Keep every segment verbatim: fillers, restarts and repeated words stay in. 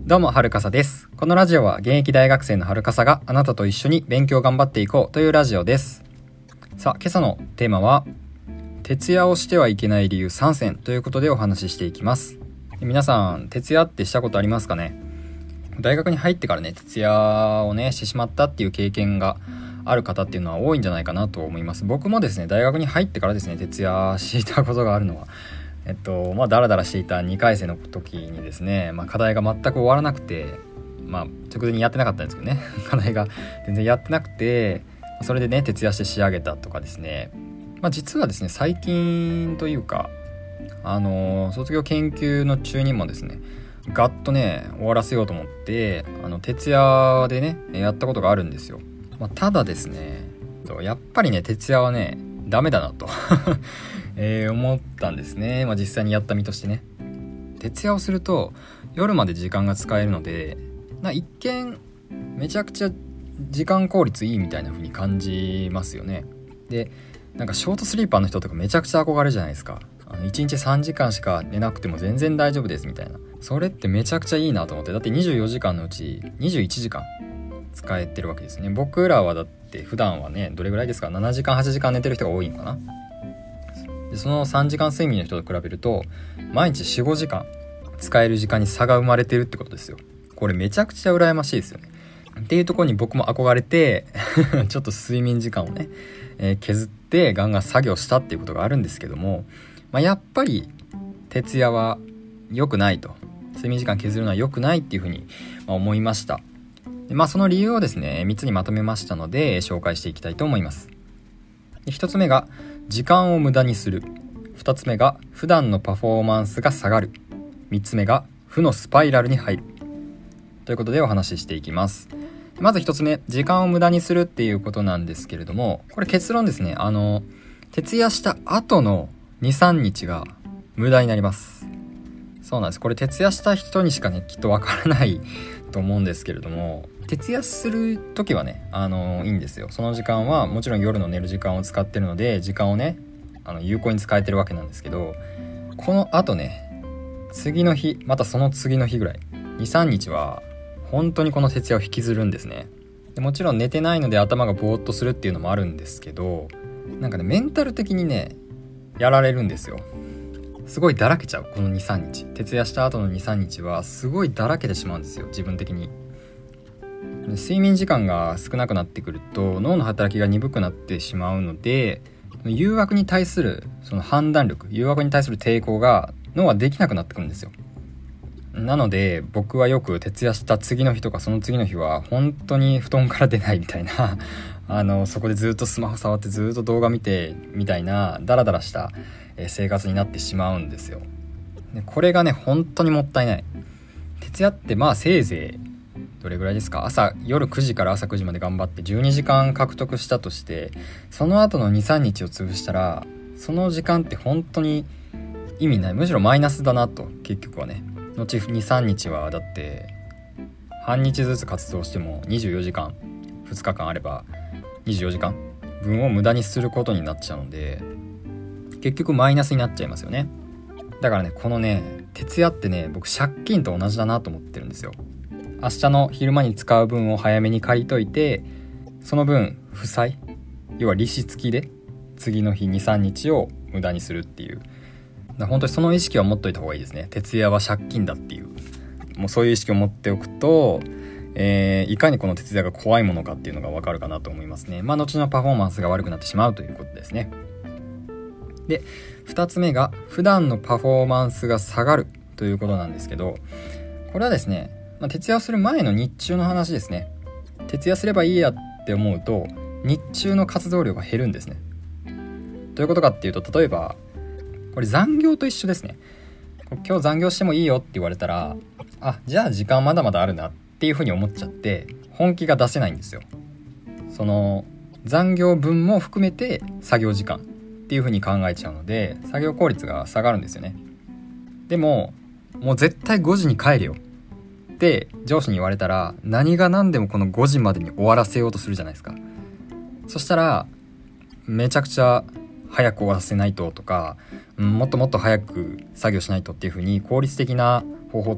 どうも、はるかさです。このラジオは現役大学生のはるかさがあなたと一緒に勉強頑張っていこうというラジオです。さあ、今朝のテーマは徹夜をしてはいけない理由さんせんということでお話ししていきます。皆さん、徹夜ってしたことありますかね？大学に入ってからね、徹夜をねしてしまったっていう経験がある方っていうのは多いんじゃないかなと思います。僕もですね、大学に入ってからですね、徹夜したことがあるのはえっとまあダラダラしていたにかい生の時にですね、まあ、課題が全く終わらなくて、まあ直前にやってなかったんですけどね課題が全然やってなくて、それでね徹夜して仕上げたとかですね、まあ実はですね、最近というかあの卒業研究の中にもですね、ガッとね終わらせようと思ってあの徹夜でねやったことがあるんですよ。まあ、ただですね、やっぱりね徹夜はねダメだなとえー、思ったんですね。まあ、実際にやった身としてね、徹夜をすると夜まで時間が使えるので、な一見めちゃくちゃ時間効率いいみたいな風に感じますよね。で、なんかショートスリーパーの人とかめちゃくちゃ憧れるじゃないですか。あのいちにちさんじかんしか寝なくても全然大丈夫ですみたいな、それってめちゃくちゃいいなと思って。だってにじゅうよじかんのうちにじゅういちじかん使えてるわけですね。僕らはだって普段はねどれぐらいですか、ななじかんはちじかん寝てる人が多いのかな。でそのさんじかん睡眠の人と比べると毎日 よん,ご 時間使える時間に差が生まれてるってことですよ。これめちゃくちゃ羨ましいですよね。っていうところに僕も憧れてちょっと睡眠時間をね、えー、削ってガンガン作業したっていうことがあるんですけども、まあ、やっぱり徹夜は良くないと、睡眠時間削るのは良くないっていうふうに思いました。で、まあ、その理由をですねみっつにまとめましたので紹介していきたいと思います。で、ひとつめが時間を無駄にする。ふたつめが普段のパフォーマンスが下がる。みっつめが負のスパイラルに入るということでお話ししていきます。まずひとつめ、時間を無駄にするっていうことなんですけれども、これ結論ですね、あの徹夜した後の に,さん 日が無駄になります。そうなんです。これ徹夜した人にしかねきっとわからないと思うんですけれども、徹夜する時はねあのいいんですよ。その時間はもちろん夜の寝る時間を使ってるので、時間をねあの有効に使えてるわけなんですけど、この後ね次の日またその次の日ぐらい に,さん 日は本当にこの徹夜を引きずるんですね。でもちろん寝てないので頭がぼーっとするっていうのもあるんですけど、なんかねメンタル的にねやられるんですよ。すごいだらけちゃう。この に,さん 日、徹夜した後の に,さん 日はすごいだらけてしまうんですよ、自分的に。睡眠時間が少なくなってくると脳の働きが鈍くなってしまうので、誘惑に対するその判断力、誘惑に対する抵抗が脳はできなくなってくるんですよ。なので僕はよく徹夜した次の日とかその次の日は本当に布団から出ないみたいなあのそこでずっとスマホ触ってずっと動画見てみたいなダラダラした生活になってしまうんですよ。でこれがね本当にもったいない。徹夜ってまあせいぜいどれぐらいですか、朝夜くじから朝くじまで頑張ってじゅうにじかん獲得したとして、その後の に,さん 日を潰したらその時間って本当に意味ない、むしろマイナスだなと。結局はね後 に,さん 日はだって半日ずつ活動してもにじゅうよじかん、ふつかかんあればにじゅうよじかんぶんを無駄にすることになっちゃうので、結局マイナスになっちゃいますよね。だからねこのね徹夜ってね僕借金と同じだなと思ってるんですよ。明日の昼間に使う分を早めに借りといて、その分負債、要は利子付きで次の日 に,さん 日を無駄にするっていう、だ本当にその意識は持っといた方がいいですね。徹夜は借金だっていう、もうそういう意識を持っておくと、えー、いかにこの徹夜が怖いものかっていうのが分かるかなと思いますね。まあ後のパフォーマンスが悪くなってしまうということですね。でふたつめが普段のパフォーマンスが下がるということなんですけど、これはですね、まあ、徹夜をする前の日中の話ですね。徹夜すればいいやって思うと日中の活動量が減るんですね。どういうことかっていうと、例えばこれ残業と一緒ですね。今日残業してもいいよって言われたら、あ、じゃあ時間まだまだあるなっていうふうに思っちゃって本気が出せないんですよ。その残業分も含めて作業時間っていうふうに考えちゃうので作業効率が下がるんですよね。でももう絶対ごじに帰れよって上司に言われたら、何が何でもこのごじまでに終わらせようとするじゃないですか。そしたらめちゃくちゃ早く終わらせないととか、うん、もっともっと早く作業しないとっていう風に効率的な方法とか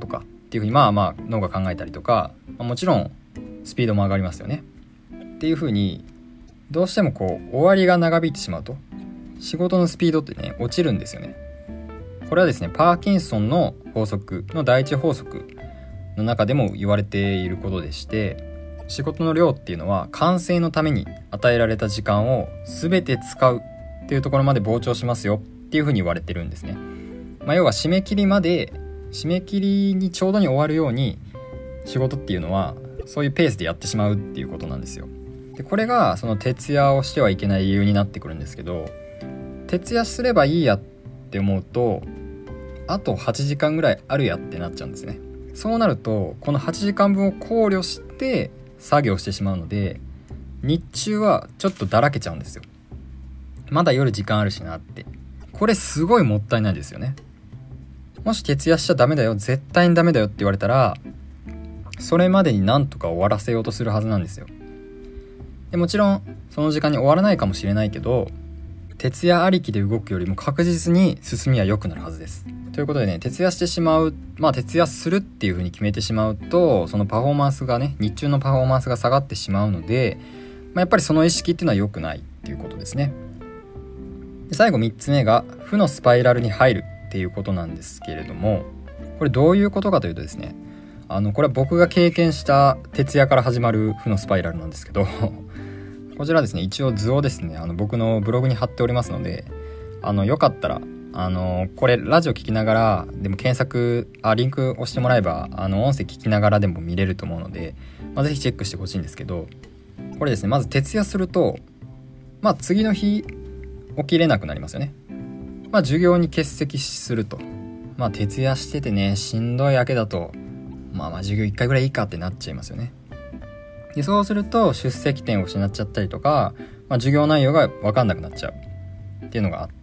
っていうふうにまあまあ脳が考えたりとか、まあ、もちろんスピードも上がりますよねっていうふうに、どうしてもこう終わりが長引いてしまうと仕事のスピードってね落ちるんですよね。これはですねパーキンソンの法則の第一法則の中でも言われていることでして、仕事の量っていうのは完成のために与えられた時間を全て使うっていうところまで膨張しますよっていうふうに言われてるんですね。まあ、要は締め切りまで締め切りにちょうどに終わるように仕事っていうのはそういうペースでやってしまうっていうことなんですよ。でこれがその徹夜をしてはいけない理由になってくるんですけど、徹夜すればいいやって思うとあとはちじかんぐらいあるやってなっちゃうんですね。そうなるとこのはちじかんぶんを考慮して作業してしまうので、日中はちょっとだらけちゃうんですよ。まだ夜時間あるしなって。これすごいもったいないですよね。もし徹夜しちゃダメだよ、絶対にダメだよって言われたら、それまでになんとか終わらせようとするはずなんですよ。でもちろんその時間に終わらないかもしれないけど、徹夜ありきで動くよりも確実に進みは良くなるはずです。ということでね、徹夜してしまう、まあ徹夜するっていう風に決めてしまうと、そのパフォーマンスがね、日中のパフォーマンスが下がってしまうので、まあ、やっぱりその意識っていうのは良くないっていうことですね。で最後みっつめが負のスパイラルに入るっていうことなんですけれども、これどういうことかというとですね、あのこれは僕が経験した徹夜から始まる負のスパイラルなんですけどこちらですね、一応図をですねあの僕のブログに貼っておりますので、あのよかったらあのこれラジオ聞きながらでも検索あリンク押してもらえばあの音声聞きながらでも見れると思うので、まあ、ぜひチェックしてほしいんですけど、これですね、まず徹夜するとまあ次の日起きれなくなりますよね。まあ授業に欠席すると、まあ徹夜しててねしんどい明けだとまあまあ授業いっかいぐらいいいかってなっちゃいますよね。でそうすると出席点を失っちゃったりとか、まあ、授業内容が分かんなくなっちゃうっていうのがあって、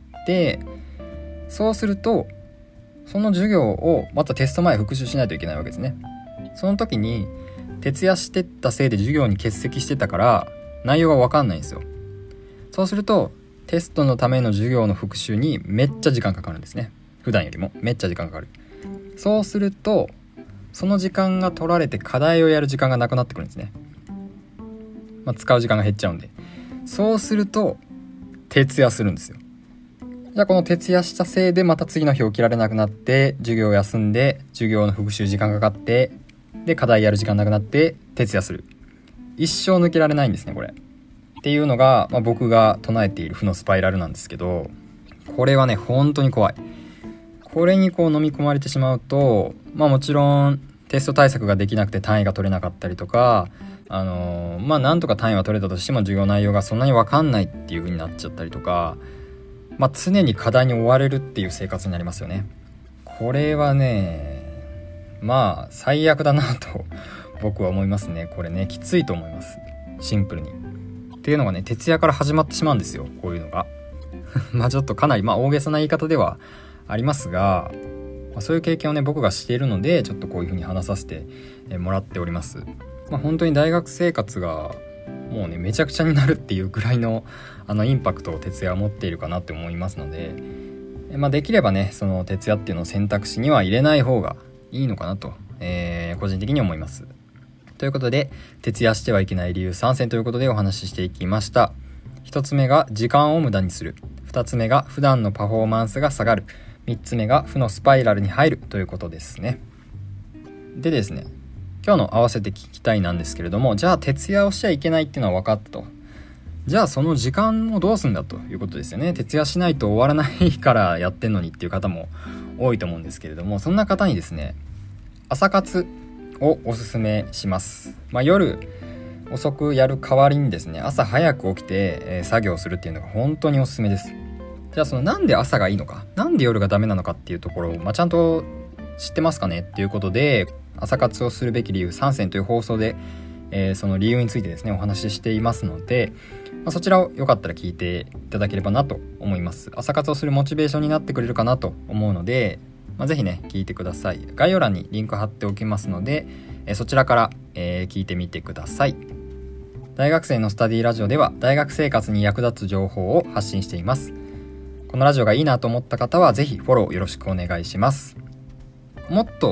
そうするとその授業をまたテスト前復習しないといけないわけですね。その時に徹夜してたせいで授業に欠席してたから内容が分かんないんですよ。そうするとテストのための授業の復習にめっちゃ時間かかるんですね。普段よりもめっちゃ時間かかる。そうするとその時間が取られて課題をやる時間がなくなってくるんですね。まあ、使う時間が減っちゃうんで、そうすると徹夜するんですよ。じゃあこの徹夜したせいでまた次の日起きられなくなって授業を休んで授業の復習時間かかってで課題やる時間なくなって徹夜する。一生抜けられないんですねこれっていうのが、まあ、僕が唱えている負のスパイラルなんですけど、これはね本当に怖い。これにこう飲み込まれてしまうと、まあもちろんテスト対策ができなくて単位が取れなかったりとか、あのー、まあなんとか単位は取れたとしても授業内容がそんなに分かんないっていう風になっちゃったりとか、まあ常に課題に追われるっていう生活になりますよね。これはねまあ最悪だなと僕は思いますね。これねきついと思います、シンプルに。っていうのがね徹夜から始まってしまうんですよ、こういうのがまあちょっとかなりまあ大げさな言い方ではありますが、まあ、そういう経験をね僕がしているのでちょっとこういう風に話させてもらっております。まあ、本当に大学生活がもうねめちゃくちゃになるっていうぐらいのあのインパクトを徹夜は持っているかなって思いますので、まあ、できればねその徹夜っていうのを選択肢には入れない方がいいのかなと、えー、個人的に思います。ということで徹夜してはいけない理由さん選ということでお話ししていきました。ひとつめが時間を無駄にする、ふたつめが普段のパフォーマンスが下がる、みっつめが負のスパイラルに入るということですね。でですね、今日の合わせて聞きたいなんですけれども、じゃあ徹夜をしちゃいけないっていうのは分かったと。じゃあその時間をどうするんだということですよね。徹夜しないと終わらないからやってんのにっていう方も多いと思うんですけれども、そんな方にですね朝活をおすすめします。まあ、夜遅くやる代わりにですね朝早く起きて、えー、作業するっていうのが本当におすすめです。じゃあそのなんで朝がいいのか、なんで夜がダメなのかっていうところを、まあ、ちゃんと知ってますかねっていうことで、朝活をするべき理由さん選という放送で、えー、その理由についてですねお話ししていますので、まあ、そちらをよかったら聞いていただければなと思います。朝活をするモチベーションになってくれるかなと思うので、まあ、ぜひね聞いてください。概要欄にリンク貼っておきますので、えー、そちらから、えー、聞いてみてください。大学生のスタディラジオでは大学生活に役立つ情報を発信しています。このラジオがいいなと思った方はぜひフォローよろしくお願いします。もっと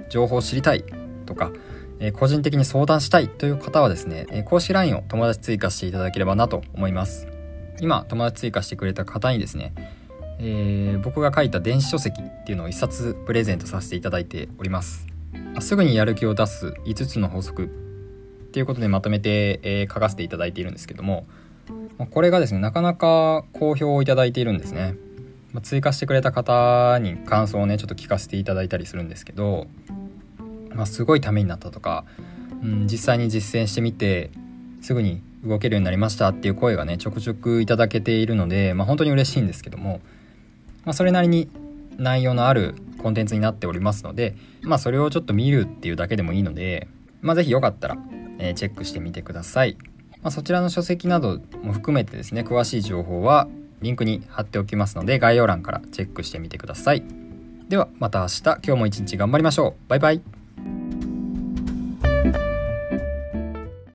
情報を知りたいとか、えー、個人的に相談したいという方はですね、えー、公式 ライン を友達追加していただければなと思います。今友達追加してくれた方にですね、えー、僕が書いた電子書籍っていうのを一冊プレゼントさせていただいております。すぐにやる気を出すいつつの法則っていうことでまとめて、えー、書かせていただいているんですけども、これがですねなかなか好評をいただいているんですね。追加してくれた方に感想をねちょっと聞かせていただいたりするんですけど、まあ、すごいためになったとか、うん、実際に実践してみてすぐに動けるようになりましたっていう声がねちょくちょくいただけているので、まあ、本当に嬉しいんですけども、まあ、それなりに内容のあるコンテンツになっておりますので、まあ、それをちょっと見るっていうだけでもいいので、まあ、ぜひよかったら、えー、チェックしてみてください。まあ、そちらの書籍なども含めてですね詳しい情報はリンクに貼っておきますので概要欄からチェックしてみてください。ではまた明日、今日も一日頑張りましょう。バイバイ。